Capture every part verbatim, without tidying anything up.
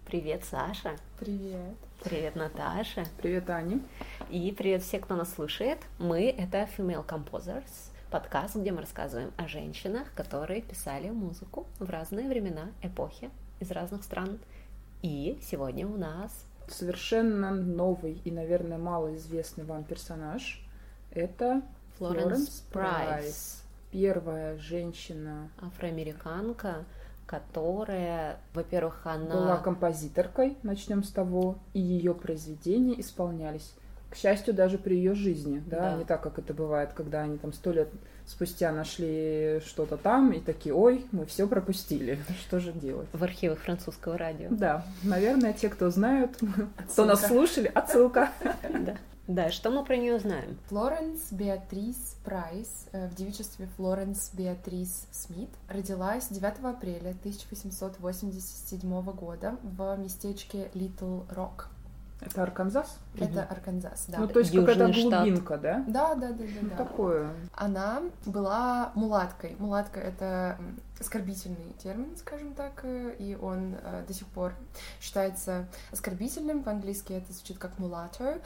Привет, Саша. Привет. Привет, Наташа. Привет, Аня. И привет все, кто нас слушает. Мы — это Female Composers, подкаст, где мы рассказываем о женщинах, которые писали музыку в разные времена, эпохи, из разных стран. И сегодня у нас... Совершенно новый и, наверное, малоизвестный вам персонаж. Это Флоренс Прайс. Первая женщина... Афроамериканка, которая, во-первых, она... Была композиторкой, начнем с того, и ее произведения исполнялись. К счастью, даже при ее жизни, да? Да. Не так, как это бывает, когда они там сто лет спустя нашли что-то там и такие: ой, мы все пропустили, что же делать? В архивах французского радио. Да, наверное, те, кто знают, Отсылка. кто нас слушали, отсылка. Да. Да, что мы про нее знаем? Флоренс Беатрис Прайс, э, в девичестве Флоренс Беатрис Смит, родилась девятого апреля тысяча восемьсот восемьдесят седьмого года в местечке Литл Рок. Это Арканзас? Это Арканзас, да. Ну, то есть Южный какая-то штат. глубинка, да? Да, да, да, да, Ну, да. такое. Она была мулаткой. Мулатка — это м, оскорбительный термин, скажем так, э, и он э, до сих пор считается оскорбительным. По-английски это звучит как mulatto,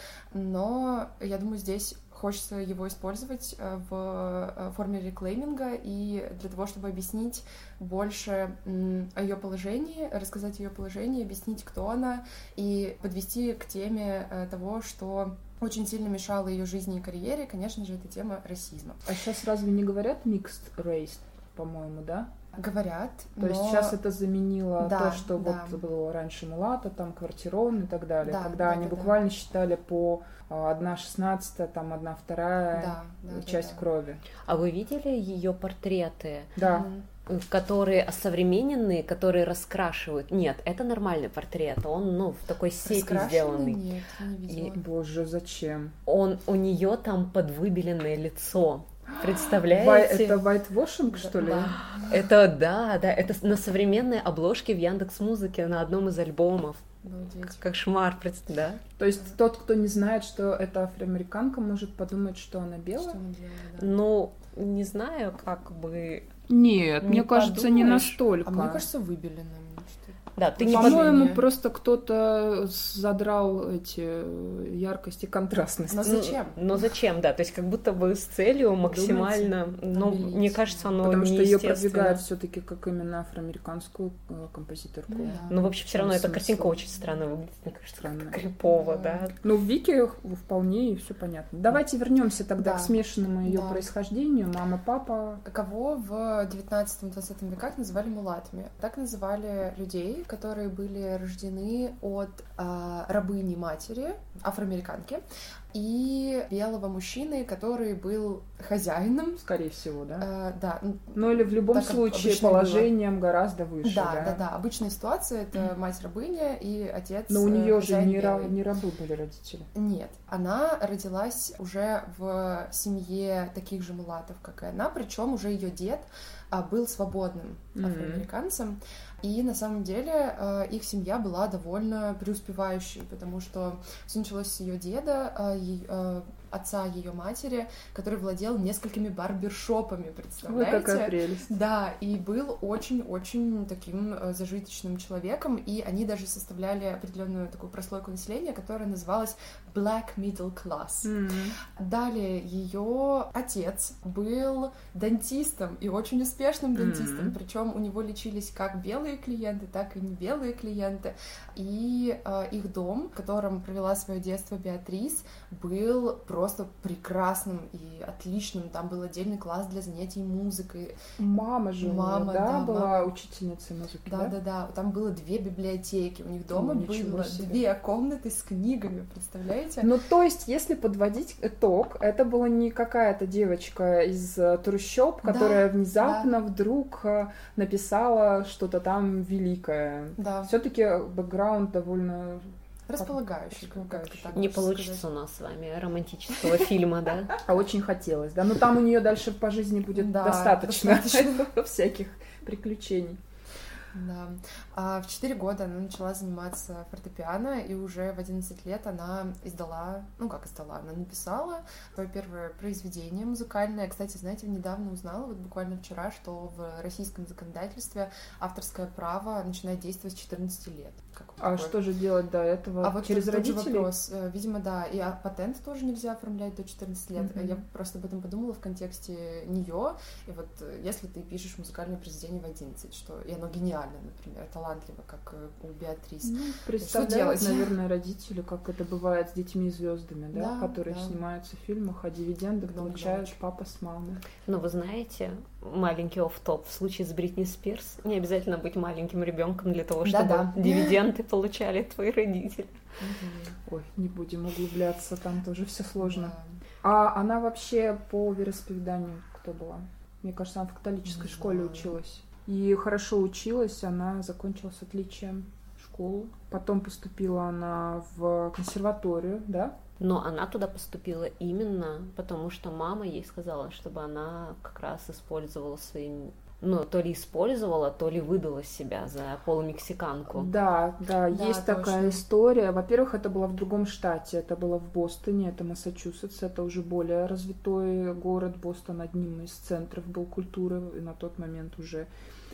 но я думаю, здесь хочется его использовать э, в э, форме реклейминга и для того, чтобы объяснить больше м, о ее положении, рассказать о ее положении, объяснить, кто она, и подвести к теме э, того, что очень сильно мешало ее жизни и карьере, конечно же, это тема расизма. А сейчас разве не говорят mixed race, по-моему, да? Говорят, То но... есть сейчас это заменило Да, то, что да. вот было раньше мулата, там квартирон и так далее, Да, когда да, они да, буквально считали по а, одна шестнадцатая, там одна вторая Да, да, часть да, да. крови. А вы видели ее портреты? Да. Мгм. Которые осовремененные, которые раскрашивают. Нет, это нормальный портрет. Он, ну, в такой сети Раскрашенный? сделанный. Нет, не видела. И- Боже, зачем? Он у нее там подвыбеленное лицо. Вай- Представляете? это whitewashing, что ли? Да. Это да, да, это на современной обложке в Яндекс.Музыке на одном из альбомов. Обалдеть. Кошмар, представь, да? То есть тот, кто не знает, что это афроамериканка, может подумать, что она Что белая? она делала, да. Ну, не знаю, как бы... Нет, Не мне кажется, не подумаешь. настолько. А мне кажется, выбелена. что- Да, ты не По- подумай. По-моему, Положение. просто кто-то задрал эти э, яркость и контрастность. Но зачем? Ну, но зачем, да? То есть как будто бы с целью максимально... Ну, Обелить. мне кажется, оно Потому что ее неестественно. продвигают все-таки как именно афроамериканскую э, композиторку. Ну да. Ну, вообще, все равно Там эта смысл. картинка очень странно выглядит, мне кажется, Странно. как крипово, Да. да? Ну, в Вики вполне все понятно. Давайте вернемся тогда Да. к смешанному ее Да. происхождению. Мама, папа. Кого в девятнадцатом-двадцатом веках называли мулатами? Так называли людей, которые были рождены от а, рабыни матери, афроамериканки, и белого мужчины, который был хозяином. Скорее всего, да? А, да, ну, Ну или в любом так как случае обычно положением гораздо выше, да, да? да, да. Обычная ситуация — это мать рабыня и отец. Но у э, нее же хозяин не, ра- белый. не рабы были родители. Нет, она родилась уже в семье таких же мулатов, как и она, причем уже ее дед а, был свободным Мгм. афроамериканцем, и на самом деле э, их семья была довольно преуспевающей, потому что все началось с ее деда, э, е- э, отца ее матери, который владел несколькими барбершопами, Ой, представляете? какая прелесть. Да, и был очень-очень таким э, зажиточным человеком, и они даже составляли определенную такую прослойку населения, которая называлась Black Middle Class. М. Далее ее отец был дантистом и очень успешным дантистом, Мгм. причем у него лечились как белые клиенты, так и не белые клиенты. И э, их дом, в котором провела свое детство Беатрис, был просто прекрасным и отличным. Там был отдельный класс для занятий музыкой. Мама же у неё, Мама, да, да, была мама. учительницей музыки, да? Да, да, да. Там было две библиотеки. У них дома О, ничего было себе. две комнаты с книгами, представляете? Ну, то есть, если подводить итог, это была не какая-то девочка из э, трущоб, Да, которая внезапно вдруг э, написала что-то там великое. Да, Все-таки бэкграунд довольно... располагающий, как располагающий. это так Не можно получится сказать. у нас с вами романтического фильма, да? А очень хотелось, да? Но там у нее дальше по жизни будет Да, достаточно достаточно. всяких приключений. Да. А в четыре года она начала заниматься фортепиано, и уже в одиннадцать лет она издала, ну как издала, она написала свое первое произведение музыкальное. Кстати, знаете, недавно узнала, вот буквально вчера, что в российском законодательстве авторское право начинает действовать с четырнадцати лет. Как вот А такое. что же делать до этого? А вот Через тот же родителей? вопрос. Видимо, да. И а патент тоже нельзя оформлять до четырнадцати лет. Мгм. Я просто об этом подумала в контексте нее. И вот э, если ты пишешь музыкальное произведение в одиннадцать, что и оно гениально, например, талантливо, как э, у Беатрис. Ну, представляют, делать? наверное, родители, как это бывает с детьми и звездами, да, Да, которые да. снимаются в фильмах, а дивиденды Много получают научек. папа с мамой. Но вы знаете, маленький офф-топ, в случае с Бритни Спирс не обязательно быть маленьким ребенком для того, чтобы Да-да. дивиденды получали твои родители. Мгм. Ой, не будем углубляться, там тоже все сложно. Да. А она вообще по вероисповеданию кто была? Мне кажется, она в католической Не школе знаю. училась. И хорошо училась, она закончила с отличием школу. Потом поступила она в консерваторию, да? Но она туда поступила именно потому, что мама ей сказала, чтобы она как раз использовала свои... Ну, то ли использовала, то ли выдала себя за полумексиканку. Да, да, Да, есть такая точно. история. Во-первых, это было в другом штате, это было в Бостоне, это Массачусетс, это уже более развитой город. Бостон одним из центров был культуры и на тот момент уже.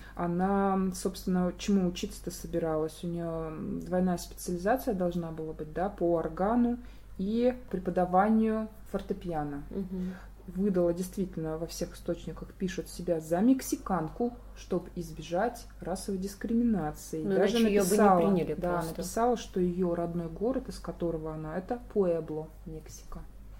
Она, собственно, чему учиться-то собиралась? У нее двойная специализация должна была быть, да, по органу и преподаванию фортепиано. Мгм. Выдала действительно, во всех источниках пишут себя за мексиканку, чтобы избежать расовой дискриминации. Ну, Даже иначе её бы не написала, приняли да, просто. написала, что ее родной город, из которого она, это Пуэбло, Мексика.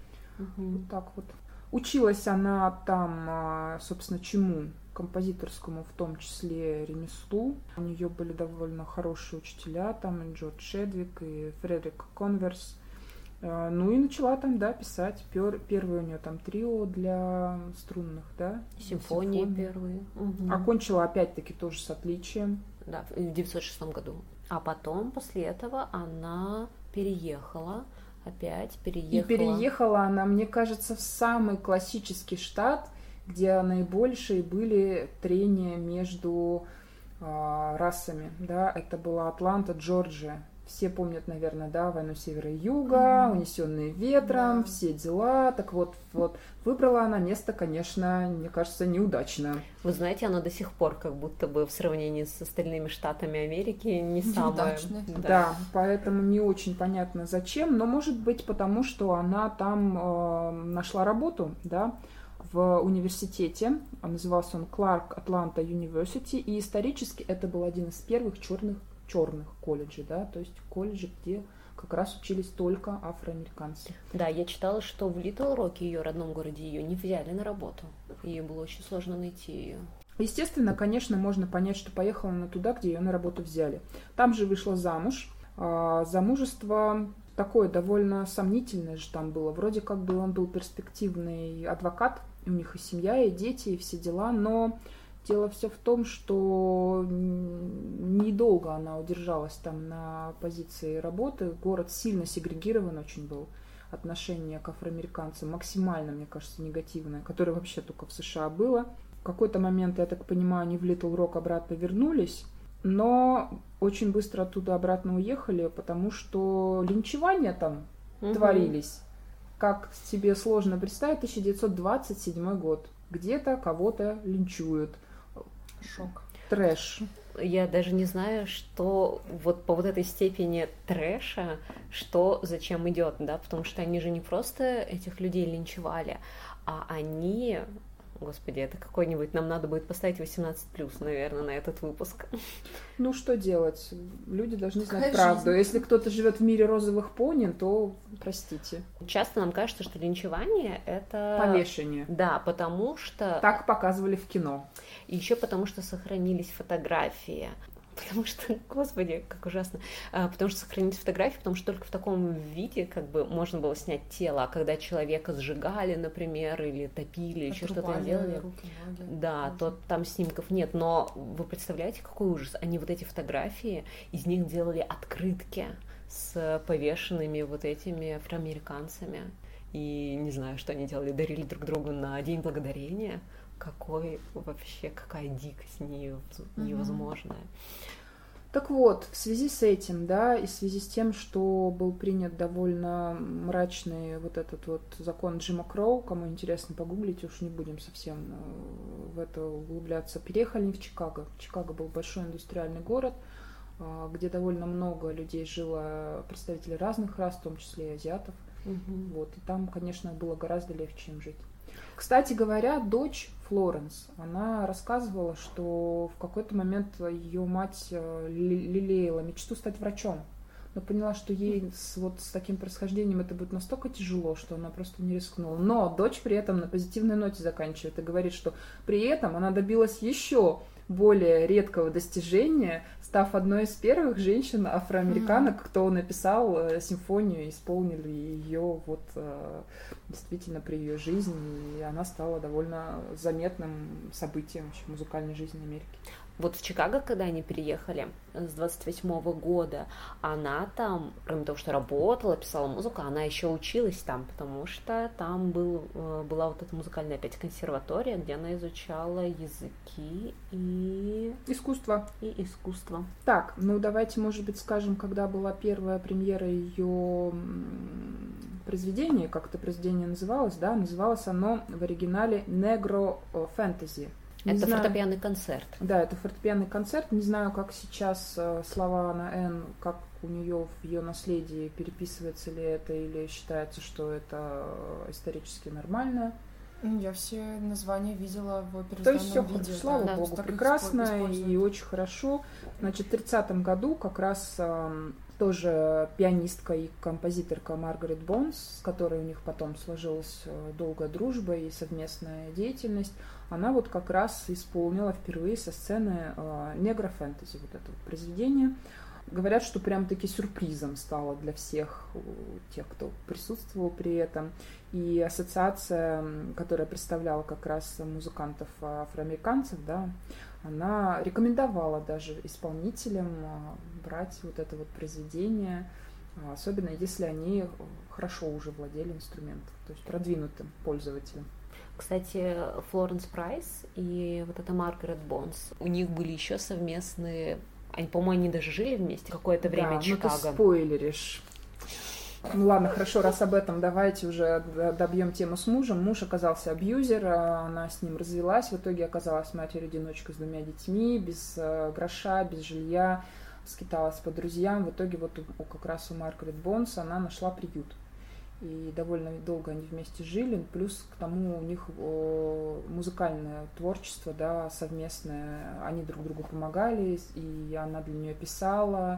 Мгм. Вот так вот. Училась она там, а, собственно, чему? Композиторскому, в том числе ремеслу. У нее были довольно хорошие учителя, там и Джордж Шедвик, и Фредерик Конверс. А, Ну и начала там, да, писать. Пер- Первое у нее там трио для струнных, да? Симфонии Симфонии. первые. Мгм. Окончила опять-таки тоже с отличием. Да, в девятьсот шестом году. А потом, после этого, она переехала, опять переехала. И переехала она, мне кажется, в самый классический штат, где наибольшие были трения между а, расами, да, это была Атланта, Джорджия. Все помнят, наверное, да, войну севера и юга, Мгм. унесенные ветром, Да. все дела. Так вот, вот выбрала она место, конечно, мне кажется, неудачно. Вы знаете, оно до сих пор как будто бы в сравнении с остальными штатами Америки не самое... Неудачное. Да. поэтому не очень понятно зачем, но может быть потому, что она там э, нашла работу, да, в университете. Назывался он Clark Atlanta University, и исторически это был один из первых черных черных колледжей, да, то есть колледжи, где как раз учились только афроамериканцы. Да, я читала, что в Литл Роке, ее родном городе, ее не взяли на работу. Ей было очень сложно найти ее. Естественно, конечно, можно понять, что поехала она туда, где ее на работу взяли. Там же вышла замуж. А, замужество такое довольно сомнительное же там было. Вроде как бы он был перспективный адвокат, у них и семья, и дети, и все дела, но дело все в том, что недолго она удержалась там на позиции работы. Город сильно сегрегирован очень был. Отношение к афроамериканцам максимально, мне кажется, негативное, которое вообще только в США было. В какой-то момент, я так понимаю, они в Литл Рок обратно вернулись, но очень быстро оттуда обратно уехали, потому что линчевания там Мгм. творились. Как себе сложно представить, тысяча девятьсот двадцать седьмой год. Где-то кого-то линчуют. Шок. Трэш. Я даже не знаю, что вот по вот этой степени трэша, что зачем идет, да, потому что они же не просто этих людей линчевали, а они... Господи, это какой-нибудь... Нам надо будет поставить восемнадцать плюс, наверное, на этот выпуск. Ну, что делать? Люди должны знать Какая правду. жизнь? Если кто-то живет в мире розовых пони, то простите. Часто нам кажется, что линчевание — это... Повешение. Да, потому что... Так показывали в кино. Еще потому что сохранились фотографии. Потому что, господи, как ужасно. А, потому что сохранились фотографии, потому что только в таком виде как бы можно было снять тело. А когда человека сжигали, например, или топили, еще что-то Отрубали делали, руки, ноги. да, Ужас. то там снимков нет. Но вы представляете, какой ужас? Они вот эти фотографии, из них делали открытки с повешенными вот этими афроамериканцами. И не знаю, что они делали, дарили друг другу на День Благодарения. какой вообще, какая дикость невозможная. Так вот, в связи с этим, да, и в связи с тем, что был принят довольно мрачный вот этот вот закон Джима Кроу, кому интересно, погуглите, уж не будем совсем в это углубляться, переехали в Чикаго. Чикаго был большой индустриальный город, где довольно много людей жило, представителей разных рас, в том числе и азиатов. Угу. Вот, и там, конечно, было гораздо легче им жить. Кстати говоря, дочь Флоренс, она рассказывала, что в какой-то момент ее мать лелеяла мечту стать врачом, но поняла, что ей с, вот с таким происхождением это будет настолько тяжело, что она просто не рискнула. Но дочь при этом на позитивной ноте заканчивает и говорит, что при этом она добилась еще более редкого достижения, став одной из первых женщин-афроамериканок, mm-hmm. кто написал э, симфонию, исполнили ее вот э, действительно при ее жизни, и она стала довольно заметным событием в музыкальной жизни Америки. Вот в Чикаго, когда они переехали с двадцать восьмого года, она там, кроме того, что работала, писала музыку, она еще училась там, потому что там был, была вот эта музыкальная опять консерватория, где она изучала языки и... Искусство. И искусство. Так, ну давайте, может быть, скажем, когда была первая премьера ее произведения, как это произведение называлось, да, называлось оно в оригинале «Negro Fantasy». Не это знаю. Фортепианный концерт. Да, это фортепианный концерт. Не знаю, как сейчас э, слова на «Н», как у нее в ее наследии, переписывается ли это или считается, что это исторически нормально. Я все названия видела в первозданном виде. То есть все, виде, слава да, богу, прекрасно и очень хорошо. Значит, в тридцатом году как раз э, тоже пианистка и композиторка Маргарет Бонс, с которой у них потом сложилась долгая дружба и совместная деятельность, она вот как раз исполнила впервые со сцены «Негро Фэнтези», вот это вот произведение. Говорят, что прям-таки сюрпризом стало для всех тех, кто присутствовал при этом. И ассоциация, которая представляла как раз музыкантов афроамериканцев, да, она рекомендовала даже исполнителям брать вот это вот произведение, особенно если они хорошо уже владели инструментом, то есть продвинутым пользователем. Кстати, Флоренс Прайс и вот эта Маргарет Бонс, у них были еще совместные, они, по-моему, они даже жили вместе какое-то время да, в Чикаго. Ну ты спойлеришь. Ну ладно, хорошо, раз об этом, давайте уже добьем тему с мужем. Муж оказался абьюзер, она с ним развелась, в итоге оказалась матерью-одиночкой с двумя детьми, без гроша, без жилья, скиталась по друзьям. В итоге вот у, как раз у Маргарет Бонс она нашла приют. И довольно долго они вместе жили, плюс к тому у них музыкальное творчество, да, совместное, они друг другу помогали, и она для нее писала,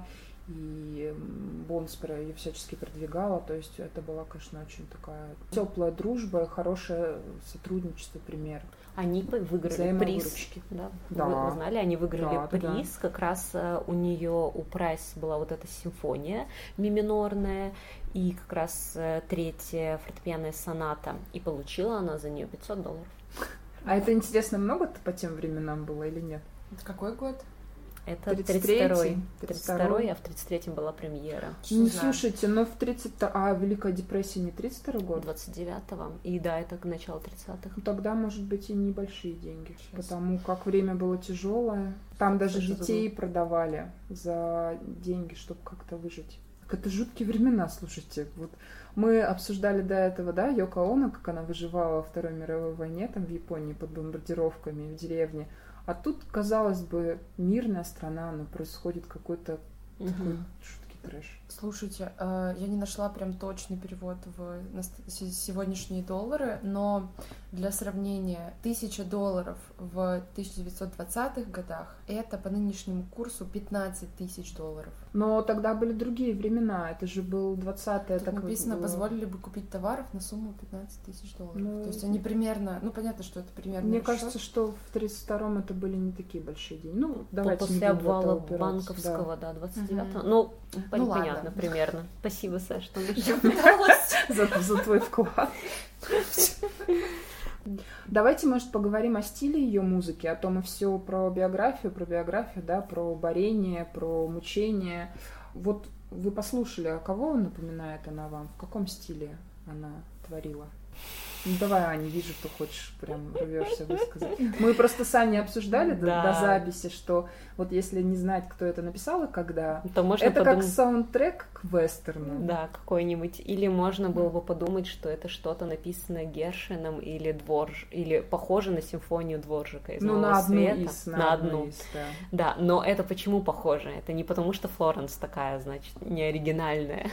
и Бонс ее всячески продвигала, то есть это была, конечно, очень такая теплая дружба, хорошее сотрудничество, пример. Они выиграли приз, да? Да. Вы, вы знали, они выиграли да, приз, да. Как раз у нее, у Прайс была вот эта симфония ми минорная, и как раз третья фортепианная соната, и получила она за нее пятьсот долларов. А это, интересно, много-то по тем временам было или нет? Это какой год? Это тридцать второй. тридцать второй, а в тридцать третьем была премьера. Ну, слушайте, но в тридцать... А Великая депрессия не тридцать второй год? двадцать девятого. И да, это начало тридцатых. Ну, тогда, может быть, и небольшие деньги. Сейчас. Потому как время было тяжелое. Там даже Что детей забыл? продавали за деньги, чтобы как-то выжить. Это жуткие времена, слушайте. Вот мы обсуждали до этого, да, Йоко Оно, как она выживала во Второй мировой войне, там в Японии под бомбардировками в деревне. А тут, казалось бы, мирная страна, но происходит какой-то угу. такой жуткий трэш. Слушайте, я не нашла прям точный перевод в сегодняшние доллары, но для сравнения, тысяча долларов в тысяча девятьсот двадцатых годах — это по нынешнему курсу пятнадцать тысяч долларов. Но тогда были другие времена, это же был двадцатый. Тут написано, было... позволили бы купить товаров на сумму пятнадцать тысяч долларов. Ну, то есть они примерно, ну понятно, что это примерно Мне расчет. кажется, что в тридцать втором это были не такие большие деньги. Ну, давайте после не обвала банковского, да, да двадцать девятого. Угу. Ну, ну, понятно, ладно. Примерно. Спасибо, Саш, что за, за твой вклад. Давайте, может, поговорим о стиле ее музыки, а то мы все про биографию, про биографию, да, про борение, про мучение. Вот вы послушали, а кого напоминает она вам? В каком стиле она творила? Ну, давай, Аня, вижу, что хочешь, прям рвешься высказать. Мы просто с Аней обсуждали да. до, до записи, что вот если не знать, кто это написал и когда, то можно это подумать... как саундтрек к вестерну. Да, какой-нибудь. Или можно было бы подумать, что это что-то написано Гершвином или Дворж, или похоже на симфонию Дворжика из ну, «Нового на одну света». Из, на, на одну. одну. Из, да. да, но это почему похоже? Это не потому, что Флоренс такая, значит, не оригинальная,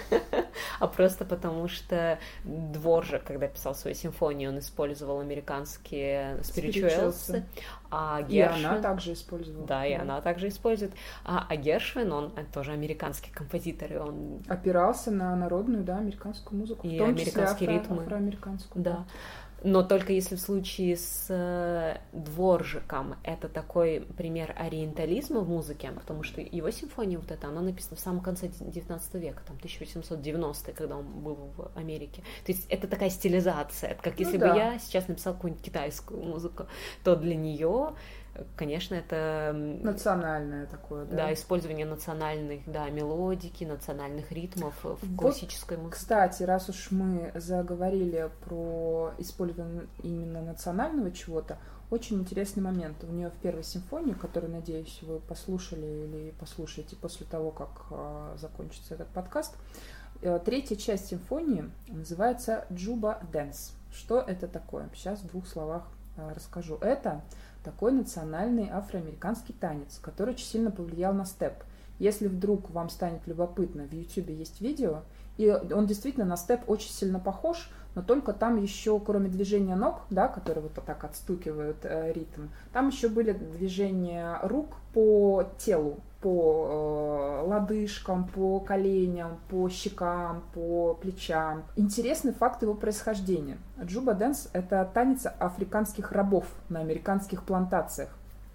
а просто потому, что Дворжик, когда писал свою симфонию, он использовал американские спиричуэлсы, а Гершвин... И она также использовала. Да, и да. она также использует. А, а Гершвин, он тоже американский композитор, и он... опирался на народную, да, американскую музыку. И в том американские числе ритмы. Афроамериканскую. Да. да. Но только если в случае с э, Дворжиком это такой пример ориентализма в музыке, потому что его симфония вот эта, она написана в самом конце девятнадцатого века, там тысяча восемьсот девяностые, когда он был в Америке. То есть это такая стилизация, это как если ну, да. бы я сейчас написала какую-нибудь китайскую музыку, то для нее... Конечно, это... национальное такое, да? Да, использование национальных, да, мелодики, национальных ритмов в вот, классической музыке. Кстати, раз уж мы заговорили про использование именно национального чего-то, очень интересный момент. У нее в первой симфонии, которую, надеюсь, вы послушали или послушаете после того, как э, закончится этот подкаст, э, третья часть симфонии называется «Джуба Дэнс». Что это такое? Сейчас в двух словах э, расскажу. Это такой национальный афроамериканский танец, который очень сильно повлиял на степ. Если вдруг вам станет любопытно, в Ютубе есть видео, и он действительно на степ очень сильно похож, но только там еще, кроме движения ног, да, которые вот так отстукивают э, ритм, там еще были движения рук по телу, по э, лодыжкам, по коленям, по щекам, по плечам. Интересный факт его происхождения. Джуба Дэнс — это танец африканских рабов на американских плантациях.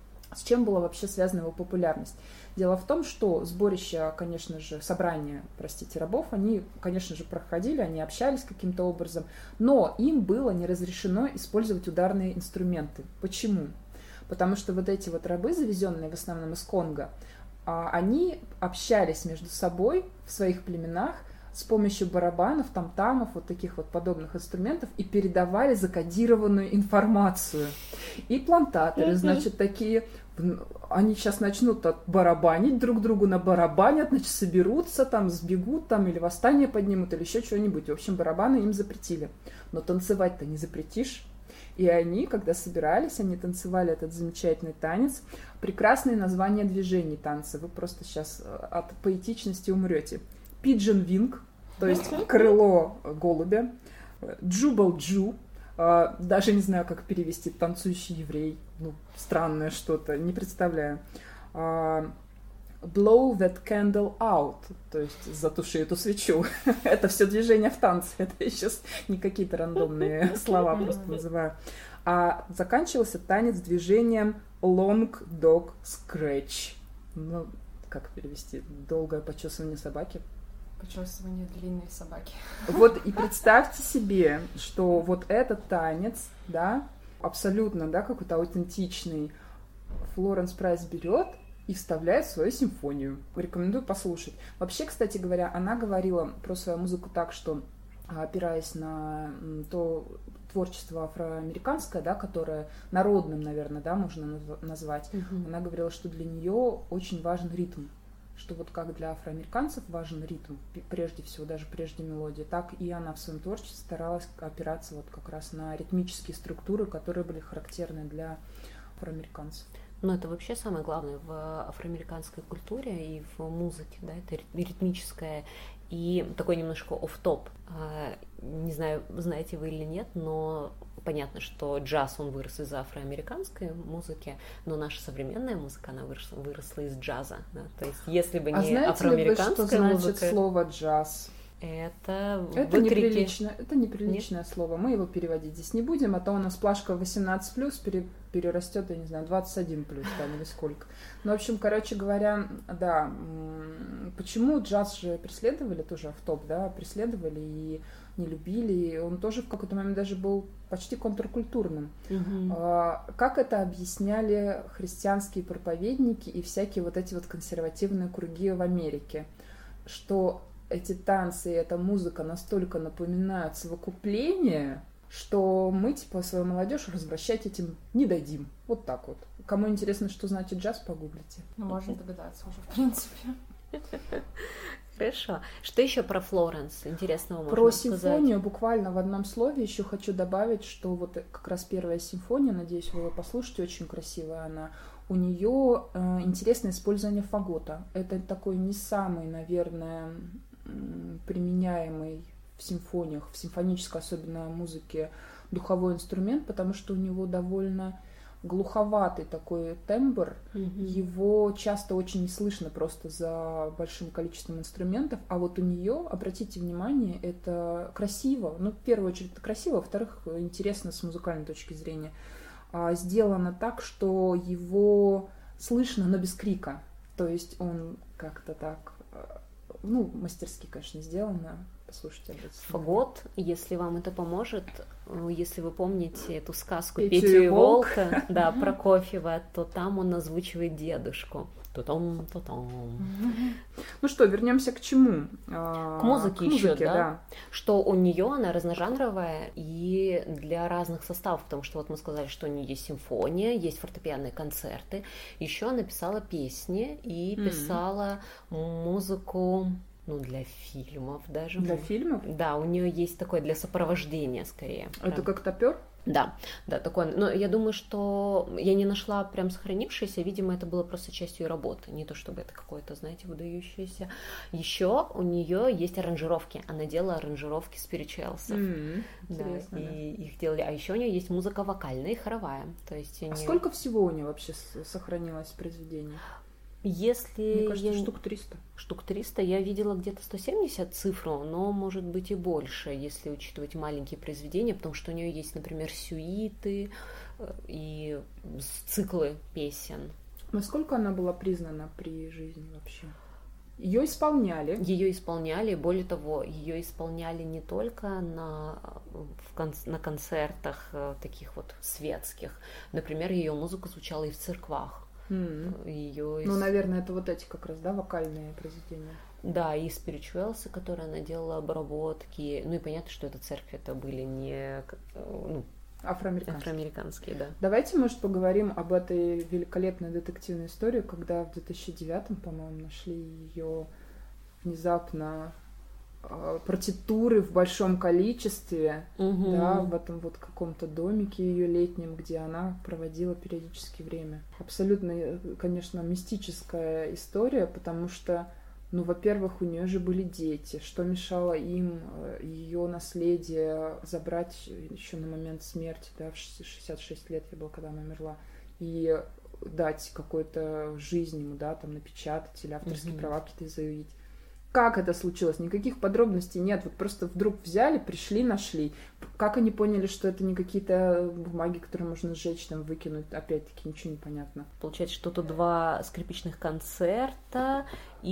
С чем была вообще связана его популярность? Дело в том, что сборища, конечно же, собрания, простите, рабов, они, конечно же, проходили, они общались каким-то образом, но им было не разрешено использовать ударные инструменты. Почему? Потому что вот эти вот рабы, завезенные в основном из Конго, они общались между собой в своих племенах с помощью барабанов, там-тамов, вот таких вот подобных инструментов и передавали закодированную информацию. И плантаторы, значит, такие, они сейчас начнут барабанить друг другу, набарабанят, значит, соберутся, там, сбегут, там, или восстание поднимут, или еще что-нибудь. В общем, барабаны им запретили. Но танцевать-то не запретишь. И они, когда собирались, они танцевали этот замечательный танец. Прекрасные названия движений танца. Вы просто сейчас от поэтичности умрете. Pigeon wing, то есть крыло голубя. Джубал-джу, даже не знаю, как перевести, танцующий еврей. Ну, странное что-то, не представляю. Blow that candle out, то есть затуши эту свечу. Это все движение в танце, это еще не какие-то рандомные слова просто называю. А заканчивался танец движением long dog scratch. Ну, как перевести? Долгое почесывание собаки. Почесывание длинной собаки. Вот и представьте себе, что вот этот танец, да, абсолютно, да, какой-то аутентичный, Флоренс Прайс берет и вставляет в свою симфонию. Рекомендую послушать. Вообще, кстати говоря, она говорила про свою музыку так, что, опираясь на то творчество афроамериканское, да, которое народным, наверное, да, можно назвать, mm-hmm. она говорила, что для нее очень важен ритм. Что вот как для афроамериканцев важен ритм, прежде всего, даже прежде мелодии, так и она в своем творчестве старалась опираться вот как раз на ритмические структуры, которые были характерны для афроамериканцев. Но это вообще самое главное в афроамериканской культуре и в музыке, да, это ритмическое и такой немножко офф-топ. Не знаю, знаете вы или нет, но понятно, что джаз, он вырос из афроамериканской музыки, но наша современная музыка, она выросла, выросла из джаза. Да? То есть если бы а не афроамериканская музыка... А знаете ли вы, что музыка, значит слово «джаз»? Это, это выкрики. неприлично, это неприличное Нет? слово. Мы его переводить здесь не будем, а то у нас плашка восемнадцать плюс пере, перерастет, я не знаю, двадцать один плюс там или сколько. Ну, в общем, короче говоря, да, почему джаз же преследовали, тоже автоп, да, преследовали и не любили, и он тоже в какой-то момент даже был почти контркультурным. Угу. А, как это объясняли христианские проповедники и всякие вот эти вот консервативные круги в Америке, что эти танцы и эта музыка настолько напоминают совокупление, что мы, типа, свою молодежь развращать этим не дадим. Вот так вот. Кому интересно, что значит джаз, погуглите. Ну, можно догадаться уже, в принципе. Хорошо. Что еще про Флоренс интересного можно Про сказать? симфонию буквально в одном слове еще хочу добавить, что вот как раз первая симфония, надеюсь, вы ее послушаете, очень красивая она. У нее э, интересное использование фагота. Это такой не самый, наверное, применяемый в симфониях, в симфонической особенно музыке духовой инструмент, потому что у него довольно глуховатый такой тембр, mm-hmm. его часто очень не слышно просто за большим количеством инструментов, а вот у нее, обратите внимание, это красиво, ну, в первую очередь это красиво, во-вторых, интересно с музыкальной точки зрения, а, сделано так, что его слышно, но без крика, то есть он как-то так, ну, мастерски, конечно, сделано. Послушайте, Фагот, если вам это поможет, если вы помните эту сказку Петю, Петю и и Волка, да, Прокофьева, то там он озвучивает дедушку. Тутом, тутом. Ну что, вернемся к чему? К музыке, к музыке еще, да? да. Что у нее она разножанровая и для разных составов, потому что вот мы сказали, что у нее есть симфония, есть фортепианные концерты. Еще она писала песни и писала mm-hmm. музыку. Ну, для фильмов даже. Для фильмов? Да, у нее есть такое для сопровождения, скорее. Это как топер? Да, да, такое. Но я думаю, что я не нашла прям сохранившееся, видимо, это было просто частью ее работы, не то чтобы это какое-то, знаете, выдающееся. Еще у нее есть аранжировки, она делала аранжировки спиричуэлсов. Mm-hmm. Да, Интересно, и да. их делали. А еще у нее есть музыка вокальная и хоровая. То есть а нее... сколько всего у нее вообще сохранилось произведений? Если Мне кажется, я... штук триста. Штук триста. Я видела где-то сто семьдесят цифру, но может быть и больше, если учитывать маленькие произведения, потому что у нее есть, например, сюиты и циклы песен. Насколько она была признана при жизни вообще? Ее исполняли. Ее исполняли, более того, ее исполняли не только на, в кон, на концертах таких вот светских. Например, ее музыка звучала и в церквах. Mm-hmm. Ее... Ну, наверное, это вот эти как раз, да, вокальные произведения. Да, и спиричуэлсы, которые она делала, обработки. Ну и понятно, что это церкви, это были не ну, афроамериканские. афроамериканские, да. Давайте, может, поговорим об этой великолепной детективной истории, когда в две тысячи девятом, по-моему, нашли ее внезапно партитуры в большом количестве, угу. да, в этом вот каком-то домике ее летнем, где она проводила периодически время. Абсолютно, конечно, мистическая история, потому что, ну, во-первых, у нее же были дети, что мешало им ее наследие забрать еще на момент смерти, да, в шестьдесят шесть лет я была, когда она умерла, и дать какой-то жизнь ему, да, там напечатать или авторские угу. права какие-то заявить. Как это случилось? Никаких подробностей нет. Вот просто вдруг взяли, пришли, нашли. Как они поняли, что это не какие-то бумаги, которые можно сжечь, там, выкинуть? Опять-таки, ничего не понятно. Получается, что-то два скрипичных концерта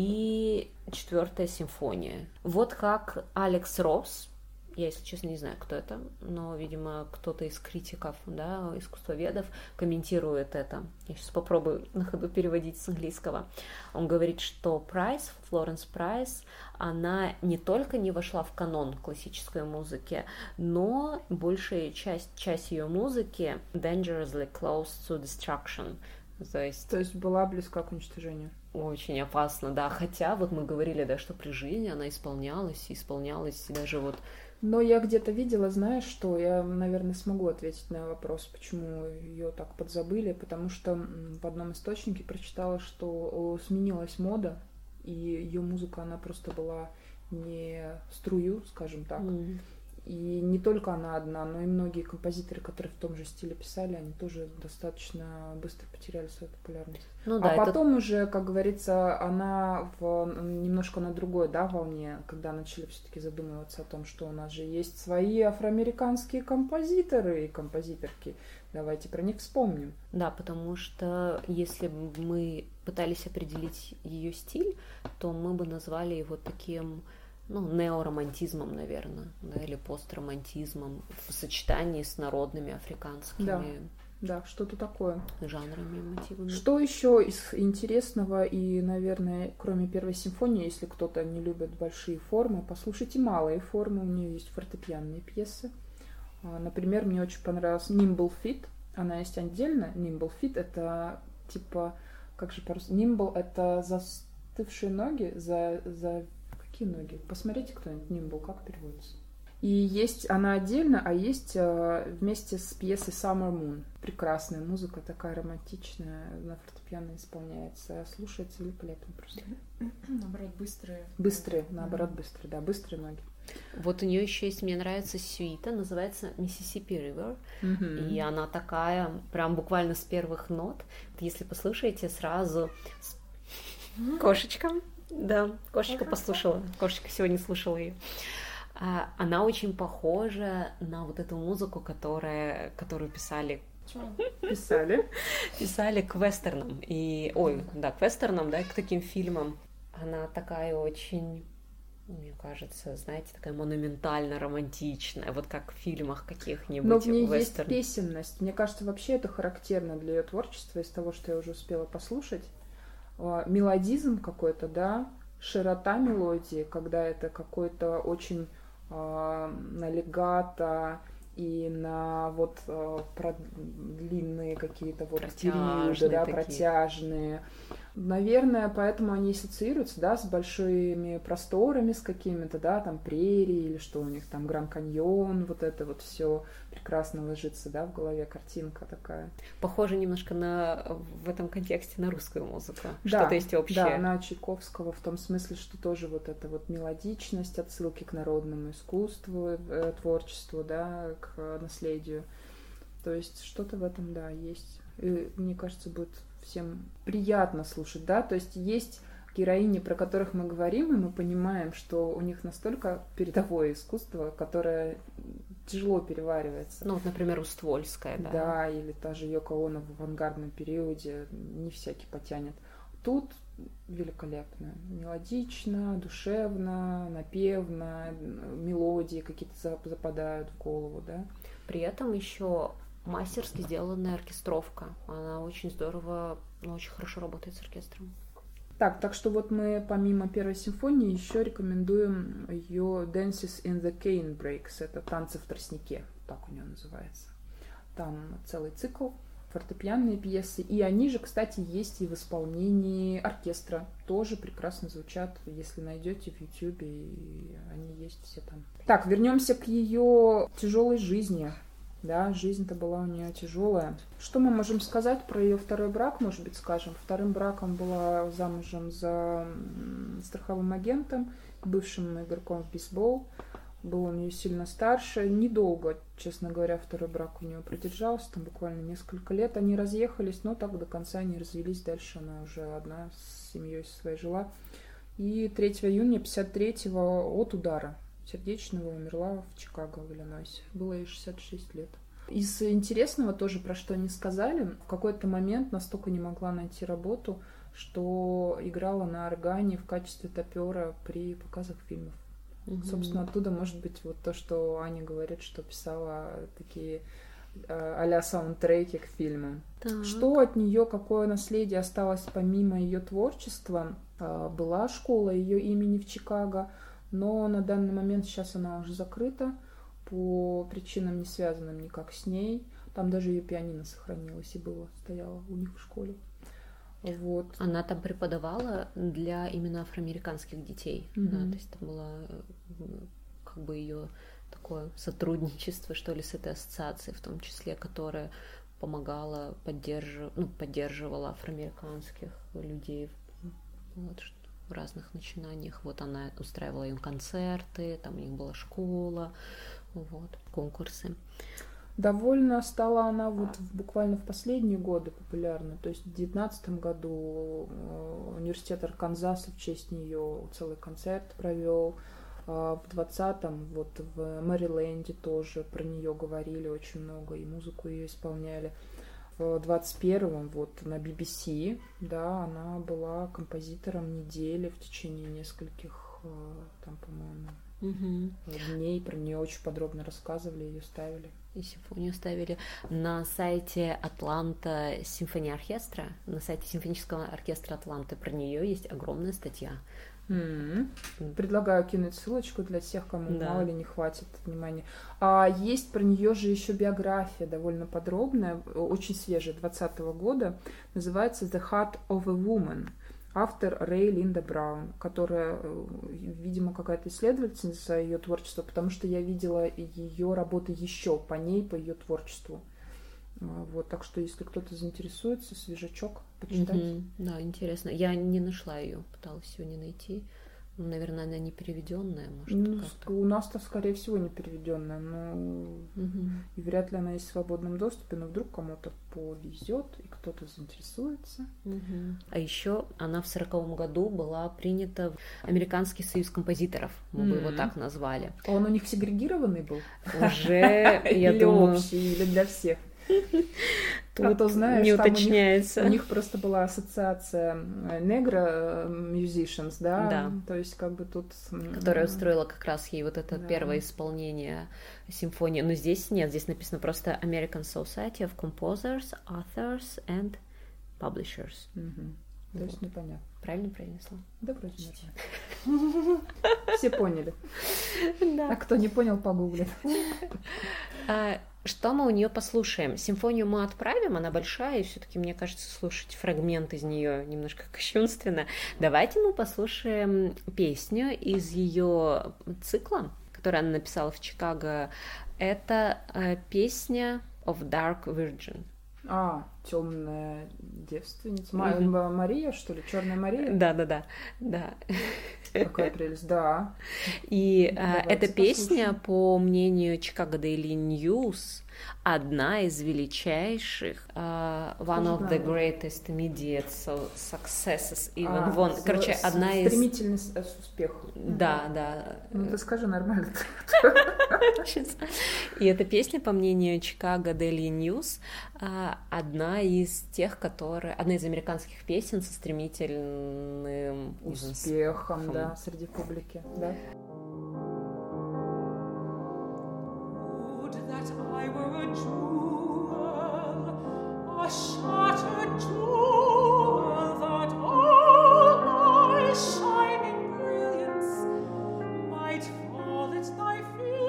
и четвертая симфония. Вот как Алекс Росс, я, если честно, не знаю, кто это, но, видимо, кто-то из критиков, да, искусствоведов комментирует это. Я сейчас попробую на ходу переводить с английского. Он говорит, что Прайс, Флоренс Прайс, она не только не вошла в канон классической музыки, но большая часть, часть ее музыки dangerously close to destruction. То есть... То есть была близка к уничтожению. Очень опасно, да. Хотя вот мы говорили, да, что при жизни она исполнялась, исполнялась даже вот... Но я где-то видела, знаешь, что я, наверное, смогу ответить на вопрос, почему ее так подзабыли, потому что в одном источнике прочитала, что сменилась мода, и ее музыка, она просто была не струю, скажем так. Mm. И не только она одна, но и многие композиторы, которые в том же стиле писали, они тоже достаточно быстро потеряли свою популярность. Ну, да, а потом это... уже, как говорится, она в, немножко на другой, да, волне, когда начали все-таки задумываться о том, что у нас же есть свои афроамериканские композиторы и композиторки. Давайте про них вспомним. Да, потому что если бы мы пытались определить ее стиль, то мы бы назвали его таким... ну, неоромантизмом, наверное, да, или постромантизмом в сочетании с народными африканскими да, да, что-то такое. Жанрами, мотивами. Что еще из интересного и, наверное, кроме первой симфонии, если кто-то не любит большие формы, послушайте малые формы, у нее есть фортепианные пьесы. Например, мне очень понравилась Nimble Fit. Она есть отдельно. Nimble Fit — это типа, как же по-русски? Nimble — это застывшие ноги. За, за какие ноги? Посмотрите кто-нибудь Nimble, как переводится. И есть она отдельно, а есть э, вместе с пьесой Summer Moon. Прекрасная музыка, такая романтичная, на фортепиано исполняется. Слушается великолепно просто. Наоборот, быстрые. Быстрые, наоборот, быстрые, да, быстрые ноги. Вот у нее еще есть, мне нравится сюита, называется Mississippi River, mm-hmm. и она такая, прям буквально с первых нот. Если послушаете, сразу с... кошечка, да, кошечка послушала, кошечка сегодня слушала ее. Она очень похожа на вот эту музыку, которая, которую писали. Писали? Писали к вестернам. И, ой, да, к вестернам, да, к таким фильмам. Она такая очень, мне кажется, знаете, такая монументально-романтичная, вот как в фильмах каких-нибудь. Но в ней вестерн. Есть песенность. Мне кажется, вообще это характерно для ее творчества, из того, что я уже успела послушать. Мелодизм какой-то, да, широта мелодии, когда это какой-то очень э, на легато и на вот э, про длинные какие-то вот периоды, да, протяжные. Наверное, поэтому они ассоциируются, да, с большими просторами, с какими-то, да, там прерии или что у них там, Гранд Каньон, вот это вот все прекрасно ложится, да, в голове картинка такая. Похоже немножко на, в этом контексте на русскую музыку, да, что-то есть общее. Да, на Чайковского в том смысле, что тоже вот эта вот мелодичность, отсылки к народному искусству, э, творчеству, да, к наследию. То есть что-то в этом, да, есть. И, мне кажется, будет всем приятно слушать, да, то есть есть героини, про которых мы говорим, и мы понимаем, что у них настолько передовое искусство, которое тяжело переваривается. Ну, вот, например, Уствольская, да. Да, или та же Йоко Оно в авангардном периоде, не всякий потянет. Тут великолепно, мелодично, душевно, напевно, мелодии какие-то западают в голову, да. При этом еще мастерски сделанная оркестровка. Она очень здорово, ну, очень хорошо работает с оркестром. Так, так что вот мы помимо первой симфонии еще рекомендуем ее Dances in the Cane Breaks. Это танцы в тростнике, так у нее называется. Там целый цикл, фортепианные пьесы. И они же, кстати, есть и в исполнении оркестра. Тоже прекрасно звучат, если найдете в YouTube, и они есть все там. Так, вернемся к ее тяжелой жизни. Да, жизнь-то была у нее тяжелая. Что мы можем сказать про ее второй брак, может быть, скажем? Вторым браком была замужем за страховым агентом, бывшим игроком в бейсбол. Был у нее сильно старше. Недолго, честно говоря, второй брак у нее продержался, там буквально несколько лет. Они разъехались, но так до конца не развелись. Дальше она уже одна с семьей своей жила. И третьего июня пятьдесят третьего от удара сердечного умерла в Чикаго, в Иллинойсе. Было ей шестьдесят шесть лет. Из интересного тоже, про что не сказали, в какой-то момент настолько не могла найти работу, что играла на органе в качестве топера при показах фильмов. Mm-hmm. Собственно, оттуда может быть вот то, что Аня говорит, что писала такие а-ля саундтреки к фильмам. Так. Что от нее, какое наследие осталось помимо ее творчества? Была школа ее имени в Чикаго, но на данный момент сейчас она уже закрыта по причинам, не связанным никак с ней. Там даже ее пианино сохранилось и было, стояло у них в школе. Вот. Она там преподавала для именно афроамериканских детей. Mm-hmm. Да, то есть там было как бы ее такое сотрудничество, что ли, с этой ассоциацией, в том числе, которая помогала, поддержив... ну, поддерживала афроамериканских людей. Вот, в разных начинаниях. Вот она устраивала им концерты, там у них была школа, вот, конкурсы. Довольно стала она вот буквально в последние годы популярна. То есть в две тысячи девятнадцатом году университет Арканзаса в честь нее целый концерт провел. В двадцатом вот в Мэриленде тоже про нее говорили очень много, и музыку ее исполняли. В двадцать первом вот на би би си, да, она была композитором недели в течение нескольких, там, по-моему, угу. дней. Про нее очень подробно рассказывали, ее ставили. И симфонию ставили на сайте Атланта Симфония Оркестра, на сайте Симфонического оркестра Атланты. Про нее есть огромная статья. Mm-hmm. Предлагаю кинуть ссылочку для тех, кому да. мало ли не хватит внимания. А есть про нее же еще биография довольно подробная, очень свежая, двадцатого года. Называется «The Heart of a Woman». Автор Рэй Линда Браун, которая, видимо, какая-то исследовательница ее творчества, потому что я видела ее работы еще по ней, по ее творчеству. Вот, так что, если кто-то заинтересуется, свежачок, почитать. Mm-hmm. Да, интересно. Я не нашла ее, пыталась сегодня найти. Ну, наверное, она не переведенная, может, ну, как-то. У нас-то, скорее всего, не переведенная, но Mm-hmm. и вряд ли она есть в свободном доступе, но вдруг кому-то повезет и кто-то заинтересуется. Mm-hmm. А еще она в сороковом году была принята в Американский союз композиторов, мы mm-hmm. бы его так назвали. Он у них сегрегированный был? Уже, я думаю... Или общий, или для всех? Тут а то, знаешь, не уточняется. У них, у них просто была ассоциация негро musicians, да? Да. То есть как бы тут... Которая устроила как раз ей вот это да. первое исполнение симфонии. Но здесь нет, здесь написано просто American Society of Composers, Authors and Publishers. Угу. То есть вот. Непонятно. Правильно произнесла? Да, вроде нормально. Все поняли. А кто не понял, погуглит. Что мы у нее послушаем? Симфонию мы отправим, она большая, и все-таки, мне кажется, слушать фрагмент из нее немножко кощунственно. Давайте мы послушаем песню из ее цикла, который она написала в Чикаго. Это э, песня of Dark Virgin. А, темная девственница. Mm-hmm. Мария, что ли? Черная Мария? Да, да, да, да. Какая прелесть, да. И а, эта песня, по мнению Chicago Daily News, одна из величайших, uh, one of the greatest immediate so successes even а, won. Короче, с, одна из... Стремительный успех. Да, да. Ну, ты скажи нормально. И эта песня, по мнению Chicago Daily News, одна из тех, которые... Одна из американских песен со стремительным успехом, да, среди публики, да. I were a jewel, a shattered jewel, that all my shining brilliance might fall at thy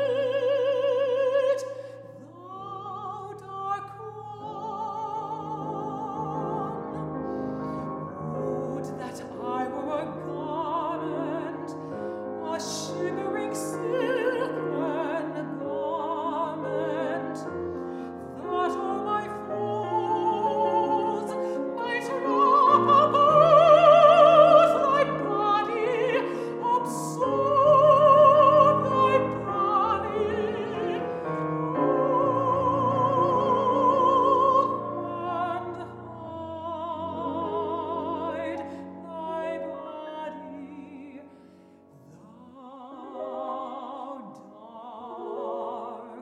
feet, thou dark one. Would that I were a garment, a shimmering silken garment, that all my foes might wrap about thy body, absorb thy body, and hide thy body, thou dark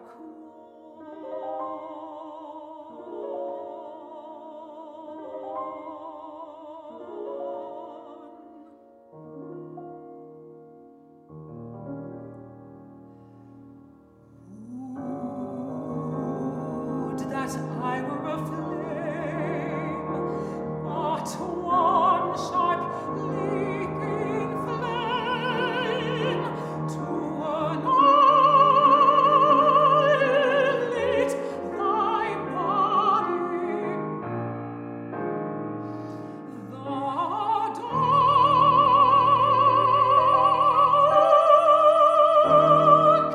Would that I were a flame, but one sharp leaping flame, to annihilate thy body, thou dark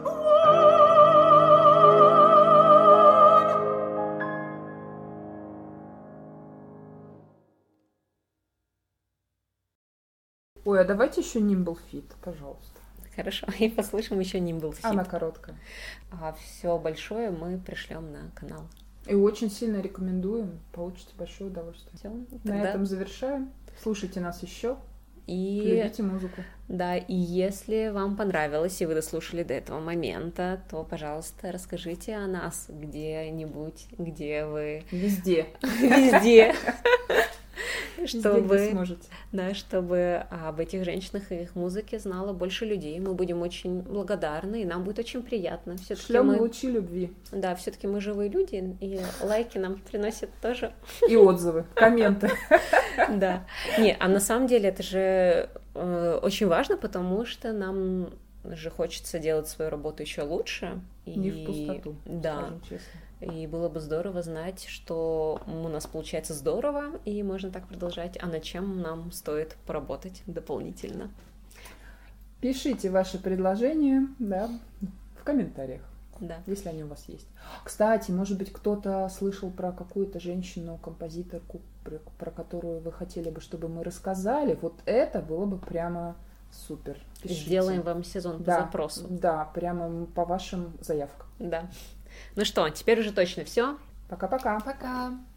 Ой, а давайте еще Nimble Fit, пожалуйста. Хорошо, и послушаем еще Nimble Fit. Она короткая. А все большое мы пришлем на канал. И очень сильно рекомендуем, получите большое удовольствие. Все, На тогда... этом завершаем. Слушайте нас еще. И... Любите музыку. Да, и если вам понравилось, и вы дослушали до этого момента, то, пожалуйста, расскажите о нас где-нибудь, где вы... Везде. Везде. Чтобы, сможете. Да, чтобы об этих женщинах и их музыке знало больше людей. Мы будем очень благодарны, и нам будет очень приятно. Все-таки Шлем мы... лучи любви. Да, все-таки мы живые люди, и лайки нам приносят тоже. И отзывы, комменты. Да. Не, а на самом деле это же э, очень важно, потому что нам же хочется делать свою работу еще лучше. И... Не в пустоту, да. скажем честно. И было бы здорово знать, что у нас получается здорово, и можно так продолжать, а над чем нам стоит поработать дополнительно. Пишите ваши предложения, да, в комментариях, Да. если они у вас есть. Кстати, может быть, кто-то слышал про какую-то женщину-композиторку, про, про которую вы хотели бы, чтобы мы рассказали. Вот это было бы прямо супер. Пишите. Сделаем вам сезон по Да, запросу. Да, прямо по вашим заявкам. Да. Ну что, теперь уже точно все. Пока-пока. Пока!